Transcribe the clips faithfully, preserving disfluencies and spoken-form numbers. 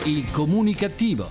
Il comunicativo.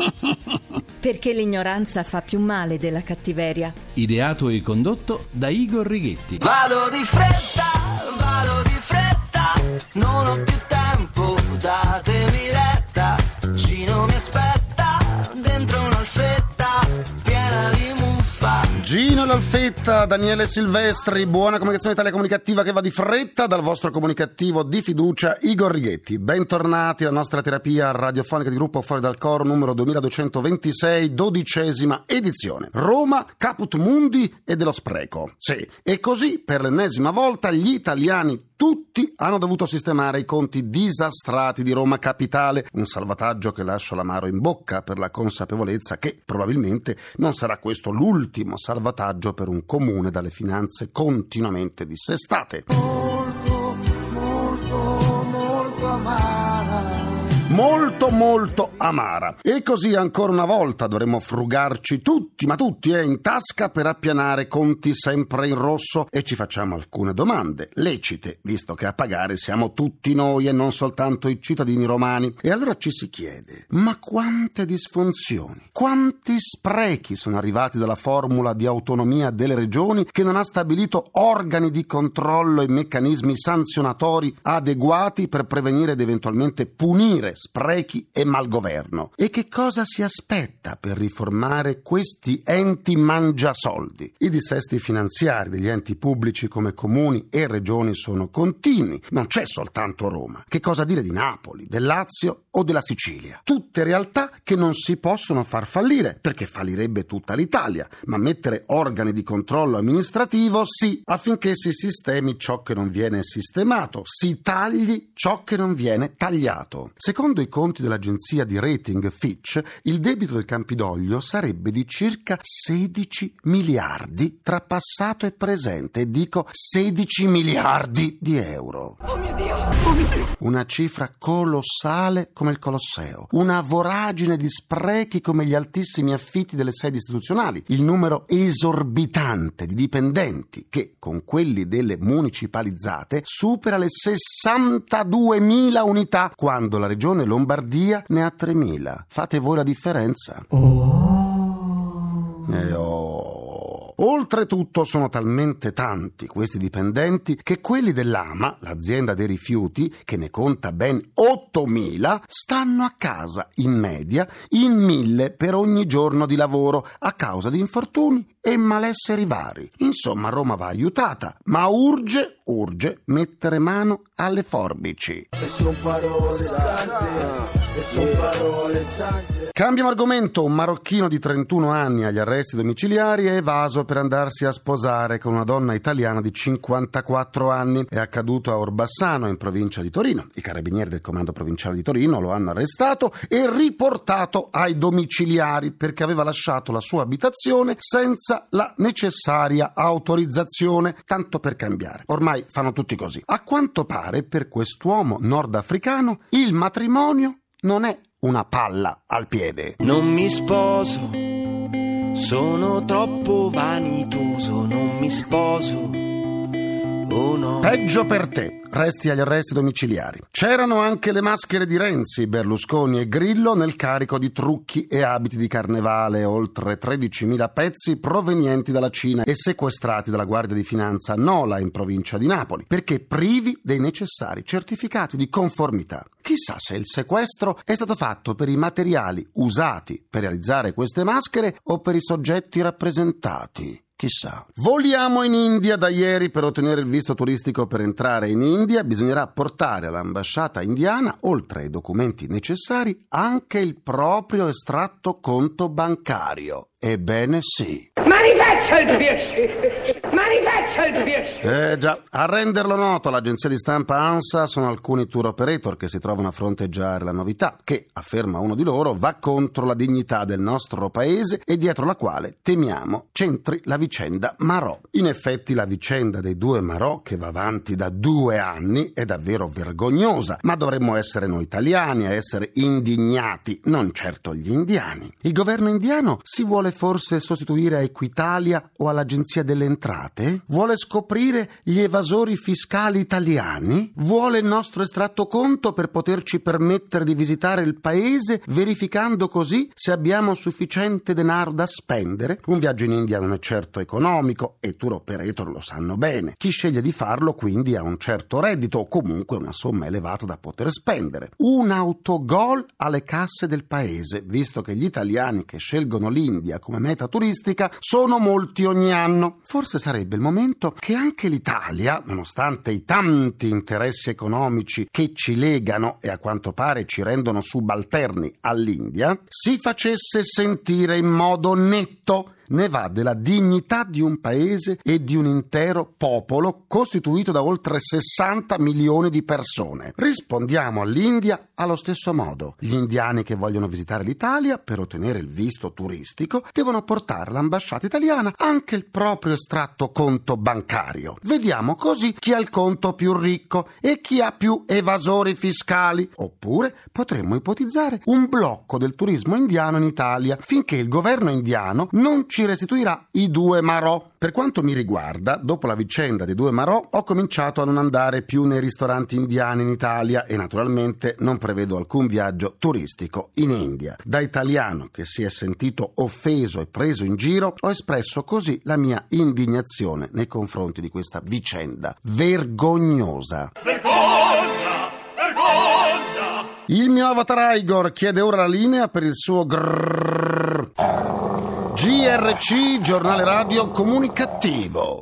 Perché l'ignoranza fa più male della cattiveria. Ideato e condotto da Igor Righetti. Vado di fretta, vado di fretta, non ho più tempo, datemi retta. Gino mi aspetta dentro un'alfetta piena di muffa. Gino l'Alfetta, Daniele Silvestri, buona comunicazione Italia Comunicativa che va di fretta dal vostro comunicativo di fiducia Igor Righetti. Bentornati alla nostra terapia radiofonica di gruppo Fuori dal Coro numero duemiladuecentoventisei, dodicesima edizione. Roma, caput mundi e dello spreco. Sì, e così per l'ennesima volta gli italiani tutti hanno dovuto sistemare i conti disastrati di Roma Capitale, un salvataggio che lascia l'amaro in bocca per la consapevolezza che probabilmente non sarà questo l'ultimo salvataggio per un comune dalle finanze continuamente dissestate. Molto, molto, molto amara. Molto molto amara. E così ancora una volta dovremo frugarci tutti, ma tutti, eh, in tasca per appianare conti sempre in rosso e ci facciamo alcune domande, lecite, visto che a pagare siamo tutti noi e non soltanto i cittadini romani. E allora ci si chiede, ma quante disfunzioni, quanti sprechi sono arrivati dalla formula di autonomia delle regioni che non ha stabilito organi di controllo e meccanismi sanzionatori adeguati per prevenire ed eventualmente punire sprechi e malgoverno. E che cosa si aspetta per riformare questi enti mangiasoldi? I dissesti finanziari degli enti pubblici come comuni e regioni sono continui, non c'è soltanto Roma. Che cosa dire di Napoli, del Lazio o della Sicilia? Tutte realtà che non si possono far fallire, perché fallirebbe tutta l'Italia, ma mettere organi di controllo amministrativo sì, affinché si sistemi ciò che non viene sistemato, si tagli ciò che non viene tagliato. Secondo Secondo i conti dell'agenzia di rating Fitch, il debito del Campidoglio sarebbe di circa sedici miliardi tra passato e presente, e dico sedici miliardi di euro. Oh mio Dio, oh mio Dio. Una cifra colossale come il Colosseo, una voragine di sprechi come gli altissimi affitti delle sedi istituzionali, il numero esorbitante di dipendenti che, con quelli delle municipalizzate, supera le sessantaduemila unità, quando la regione Lombardia ne ha tremila. Fate voi la differenza. Oh. Eh, oh. Oltretutto sono talmente tanti questi dipendenti che quelli dell'A M A, l'azienda dei rifiuti, che ne conta ben ottomila, stanno a casa in media in mille per ogni giorno di lavoro a causa di infortuni e malesseri vari. Insomma, Roma va aiutata, ma urge, urge mettere mano alle forbici. E son parole sante, e son parole sante. Cambiamo argomento. Un marocchino di trentuno anni agli arresti domiciliari è evaso per andarsi a sposare con una donna italiana di cinquantaquattro anni. È accaduto a Orbassano, in provincia di Torino. I carabinieri del comando provinciale di Torino lo hanno arrestato e riportato ai domiciliari perché aveva lasciato la sua abitazione senza la necessaria autorizzazione, tanto per cambiare. Ormai fanno tutti così. A quanto pare, per quest'uomo nordafricano, il matrimonio non è una palla al piede. Non mi sposo, sono troppo vanitoso, non mi sposo, oh no. Peggio per te, resti agli arresti domiciliari. C'erano anche le maschere di Renzi, Berlusconi e Grillo nel carico di trucchi e abiti di carnevale, oltre tredicimila pezzi provenienti dalla Cina e sequestrati dalla Guardia di Finanza Nola in provincia di Napoli, perché privi dei necessari certificati di conformità. Chissà se il sequestro è stato fatto per i materiali usati per realizzare queste maschere o per i soggetti rappresentati. Chissà. Voliamo in India da ieri. Per ottenere il visto turistico per entrare in India bisognerà portare all'ambasciata indiana, oltre ai documenti necessari, anche il proprio estratto conto bancario. Ebbene sì. Ma rifaccia il piacere! Ma rifaccia il piacere! Eh già, a renderlo noto all'agenzia di stampa ANSA sono alcuni tour operator che si trovano a fronteggiare la novità che, afferma uno di loro, va contro la dignità del nostro paese e dietro la quale temiamo c'entri la vicenda Marò. In effetti la vicenda dei due Marò, che va avanti da due anni, è davvero vergognosa, ma dovremmo essere noi italiani a essere indignati, non certo gli indiani. Il governo indiano si vuole forse sostituire a Equitalia o all'Agenzia delle Entrate? entrate? Vuole scoprire gli evasori fiscali italiani? Vuole il nostro estratto conto per poterci permettere di visitare il paese, verificando così se abbiamo sufficiente denaro da spendere? Un viaggio in India non è certo economico e tour operator lo sanno bene. Chi sceglie di farlo quindi ha un certo reddito o comunque una somma elevata da poter spendere. Un autogol alle casse del paese, visto che gli italiani che scelgono l'India come meta turistica sono molti ogni anno. Forse sarebbe il momento che anche l'Italia, nonostante i tanti interessi economici che ci legano e a quanto pare ci rendono subalterni all'India, si facesse sentire in modo netto. Ne va della dignità di un paese e di un intero popolo costituito da oltre sessanta milioni di persone. Rispondiamo all'India allo stesso modo. Gli indiani che vogliono visitare l'Italia per ottenere il visto turistico devono portare all'ambasciata italiana anche il proprio estratto conto bancario. Vediamo così chi ha il conto più ricco e chi ha più evasori fiscali. Oppure potremmo ipotizzare un blocco del turismo indiano in Italia finché il governo indiano non ci ci restituirà i due marò. Per quanto mi riguarda, dopo la vicenda dei due marò, ho cominciato a non andare più nei ristoranti indiani in Italia e naturalmente non prevedo alcun viaggio turistico in India. Da italiano che si è sentito offeso e preso in giro, ho espresso così la mia indignazione nei confronti di questa vicenda vergognosa. Vergogna! Vergogna! Il mio avatar Igor chiede ora la linea per il suo grrrr. G R C, giornale radio comunicativo.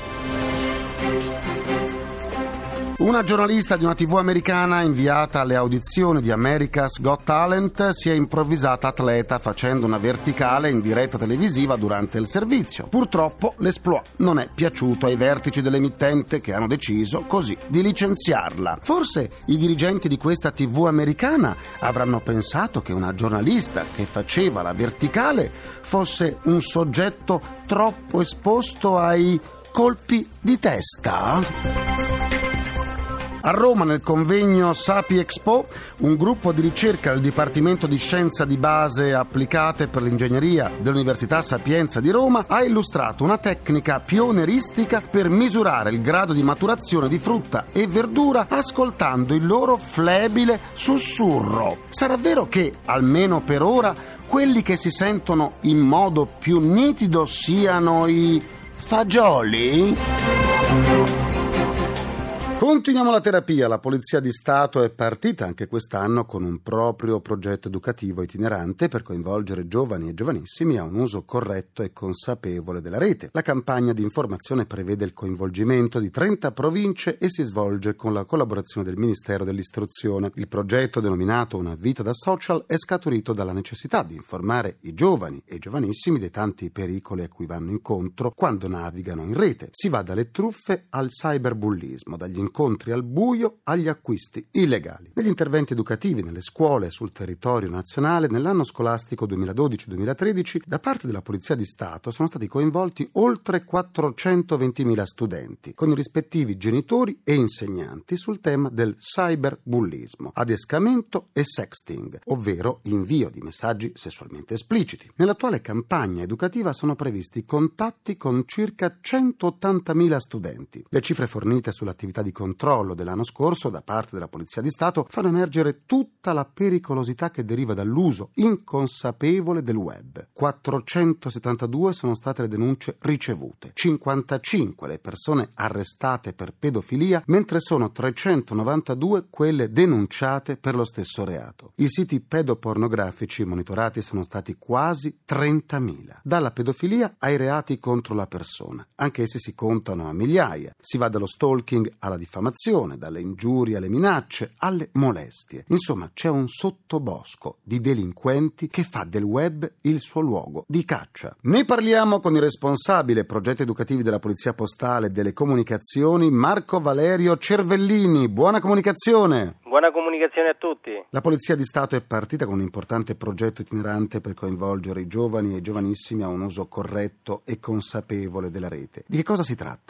Una giornalista di una tivù americana inviata alle audizioni di America's Got Talent si è improvvisata atleta facendo una verticale in diretta televisiva durante il servizio. Purtroppo l'exploit non è piaciuto ai vertici dell'emittente che hanno deciso così di licenziarla. Forse i dirigenti di questa tivù americana avranno pensato che una giornalista che faceva la verticale fosse un soggetto troppo esposto ai colpi di testa? A Roma, nel convegno Sapi Expo, un gruppo di ricerca del Dipartimento di Scienza di Base Applicate per l'Ingegneria dell'Università Sapienza di Roma ha illustrato una tecnica pioneristica per misurare il grado di maturazione di frutta e verdura ascoltando il loro flebile sussurro. Sarà vero che, almeno per ora, quelli che si sentono in modo più nitido siano i fagioli? Continuiamo la terapia. La Polizia di Stato è partita anche quest'anno con un proprio progetto educativo itinerante per coinvolgere giovani e giovanissimi a un uso corretto e consapevole della rete. La campagna di informazione prevede il coinvolgimento di trenta province e si svolge con la collaborazione del Ministero dell'Istruzione. Il progetto, denominato Una vita da social, è scaturito dalla necessità di informare i giovani e i giovanissimi dei tanti pericoli a cui vanno incontro quando navigano in rete. Si va dalle truffe al cyberbullismo, dagli incontri al buio agli acquisti illegali. Negli interventi educativi nelle scuole e sul territorio nazionale nell'anno scolastico duemiladodici duemilatredici da parte della Polizia di Stato sono stati coinvolti oltre quattrocentoventimila studenti con i rispettivi genitori e insegnanti sul tema del cyberbullismo, adescamento e sexting, ovvero invio di messaggi sessualmente espliciti. Nell'attuale campagna educativa sono previsti contatti con circa centottantamila studenti. Le cifre fornite sull'attività di controllo dell'anno scorso da parte della Polizia di Stato fanno emergere tutta la pericolosità che deriva dall'uso inconsapevole del web. quattrocentosettantadue sono state le denunce ricevute, cinquantacinque le persone arrestate per pedofilia, mentre sono trecentonovantadue quelle denunciate per lo stesso reato. I siti pedopornografici monitorati sono stati quasi trentamila, dalla pedofilia ai reati contro la persona. Anche essi si contano a migliaia. Si va dallo stalking alla diffamazione, dalle ingiurie alle minacce, alle molestie. Insomma, c'è un sottobosco di delinquenti che fa del web il suo luogo di caccia. Ne parliamo con il responsabile progetti educativi della Polizia Postale e delle Comunicazioni, Marco Valerio Cervellini. Buona comunicazione! Buona comunicazione a tutti. La Polizia di Stato è partita con un importante progetto itinerante per coinvolgere i giovani e i giovanissimi a un uso corretto e consapevole della rete. Di che cosa si tratta? È un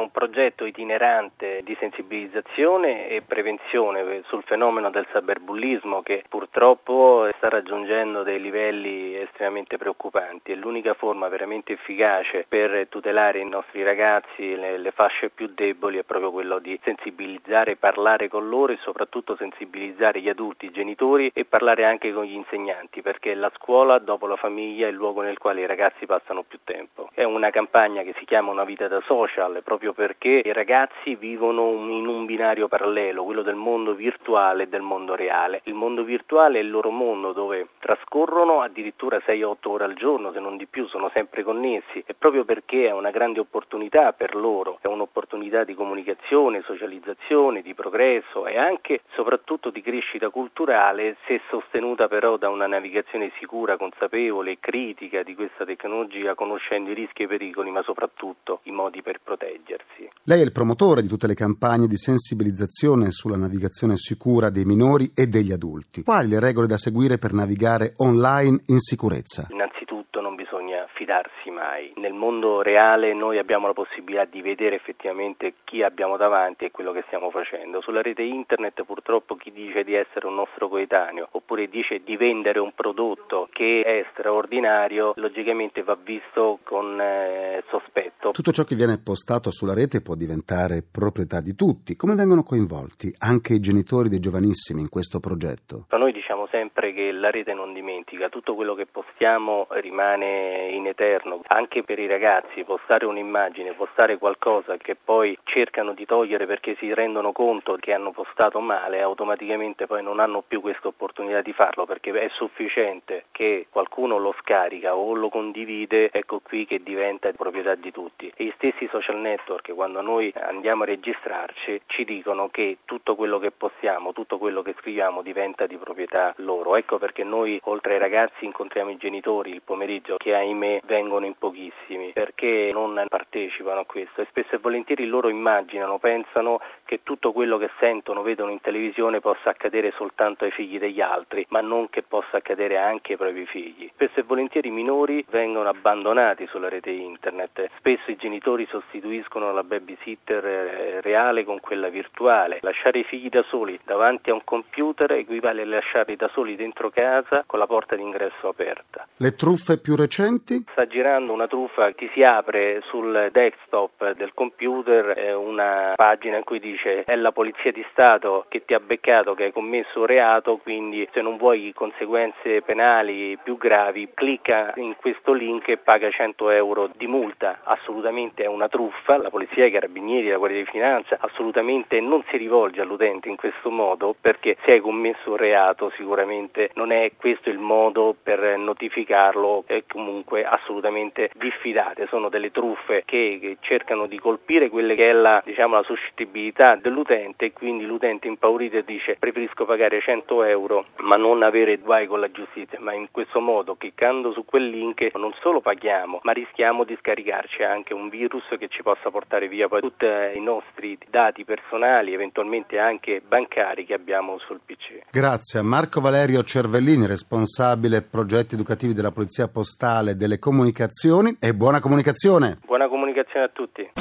un progetto itinerante di sensibilizzazione e prevenzione sul fenomeno del cyberbullismo, che purtroppo sta raggiungendo dei livelli estremamente preoccupanti. E l'unica forma veramente efficace per tutelare i nostri ragazzi, le, le fasce più deboli, è proprio quello di sensibilizzare, parlare con loro e soprattutto sensibilizzare gli adulti, i genitori, e parlare anche con gli insegnanti, perché la scuola, dopo la famiglia, è il luogo nel quale i ragazzi passano più tempo. È una campagna che si chiama Una vita da social, proprio perché i ragazzi vivono in un binario parallelo, quello del mondo virtuale e del mondo reale. Il mondo virtuale è il loro mondo, dove trascorrono addirittura sei otto ore al giorno, se non di più, sono sempre connessi, e proprio perché è una grande opportunità per loro, è un'opportunità di comunicazione, socializzazione, di progresso e anche soprattutto di crescita culturale, se sostenuta però da una navigazione sicura, consapevole e critica di questa tecnologia, conoscendo i rischi e i pericoli, ma soprattutto i modi per proteggersi. Lei è il promotore di tutte le campagne di sensibilizzazione sulla navigazione sicura dei minori e degli adulti. Quali le regole da seguire per navigare online in sicurezza? Innanzitutto non bisogna fidarsi mai. Nel mondo reale noi abbiamo la possibilità di vedere effettivamente chi abbiamo davanti e quello che stiamo facendo. Sulla rete internet purtroppo chi dice di essere un nostro coetaneo oppure dice di vendere un prodotto che è straordinario, logicamente va visto con eh, sospetto. Tutto ciò che viene postato sulla rete può diventare proprietà di tutti. Come vengono coinvolti anche i genitori dei giovanissimi in questo progetto? Noi diciamo sempre che la rete non dimentica, tutto quello che postiamo rimane in eterno. Anche per i ragazzi postare un'immagine, postare qualcosa che poi cercano di togliere perché si rendono conto che hanno postato male, automaticamente poi non hanno più questa opportunità di farlo, perché è sufficiente che qualcuno lo scarica o lo condivide, ecco qui che diventa proprietà di tutti. E gli stessi social network, quando noi andiamo a registrarci, ci dicono che tutto quello che postiamo, tutto quello che scriviamo diventa di proprietà loro. Ecco perché noi oltre ai ragazzi incontriamo i genitori il pomeriggio, che ahimè vengono in pochissimi, perché non partecipano a questo, e spesso e volentieri loro immaginano, pensano che tutto quello che sentono, vedono in televisione possa accadere soltanto ai figli degli altri, ma non che possa accadere anche ai propri figli. Spesso e volentieri i minori vengono abbandonati sulla rete internet, spesso i genitori sostituiscono la babysitter reale con quella virtuale. Lasciare i figli da soli davanti a un computer equivale a lasciarli da soli dentro casa con la porta d'ingresso aperta. Le truffe più recenti? Sta girando una truffa, ti si apre sul desktop del computer eh, una pagina in cui dice: è la polizia di Stato che ti ha beccato che hai commesso un reato, quindi se non vuoi conseguenze penali più gravi clicca in questo link e paga cento euro di multa. Assolutamente è una truffa. La polizia, i carabinieri, la guardia di finanza assolutamente non si rivolge all'utente in questo modo, perché se hai commesso un reato sicuramente non è questo il modo per notificarlo, e comunque assolutamente diffidate. Sono delle truffe che, che cercano di colpire quelle che è la, diciamo, la suscettibilità dell'utente, e quindi l'utente impaurito e dice: preferisco pagare cento euro ma non avere guai con la giustizia. Ma in questo modo, cliccando su quel link, non solo paghiamo ma rischiamo di scaricarci anche un virus che ci possa portare via poi tutti i nostri dati personali, eventualmente anche bancari, che abbiamo sul P C. Grazie a Marco Valerio Cervellini, responsabile progetti educativi della Polizia Postale delle Comunicazioni, e buona comunicazione. Buona comunicazione a tutti.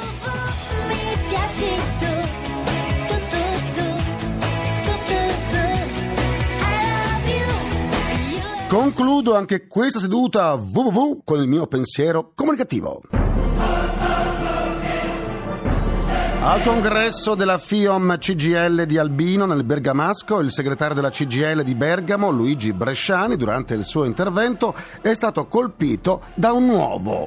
Concludo anche questa seduta www con il mio pensiero comunicativo. Al congresso della FIOM C G I L di Albino, nel Bergamasco, il segretario della C G I L di Bergamo, Luigi Bresciani, durante il suo intervento è stato colpito da un uovo.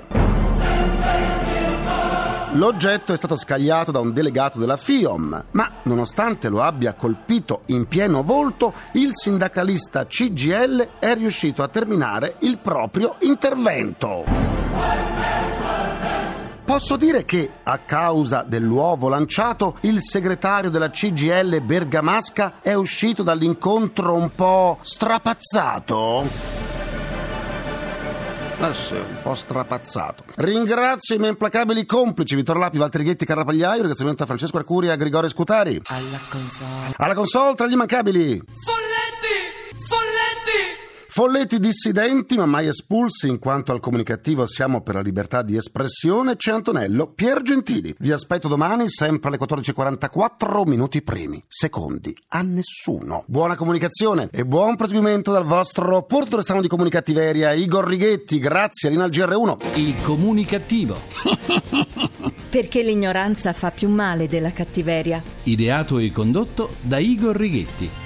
L'oggetto è stato scagliato da un delegato della FIOM, ma nonostante lo abbia colpito in pieno volto, il sindacalista C G I L è riuscito a terminare il proprio intervento. Posso dire che, a causa dell'uovo lanciato, il segretario della C G I L bergamasca è uscito dall'incontro un po' strapazzato? Eh sì, un po' strapazzato. Ringrazio i miei implacabili complici Vittorio Lapi, Valtteri Ghetti, Carla Pagliaio. Ringraziamento a Francesco Arcuri e a Grigore Scutari. Alla console. Alla console tra gli immancabili Folletti! Folletti! Folletti dissidenti ma mai espulsi, in quanto al comunicativo siamo per la libertà di espressione, c'è Antonello Piergentili. Vi aspetto domani sempre alle quattordici e quarantaquattro, minuti primi, secondi a nessuno. Buona comunicazione e buon proseguimento dal vostro porto restano di comunicattiveria Igor Righetti. Grazie, Lina al G R uno. Il comunicativo. Perché l'ignoranza fa più male della cattiveria. Ideato e condotto da Igor Righetti.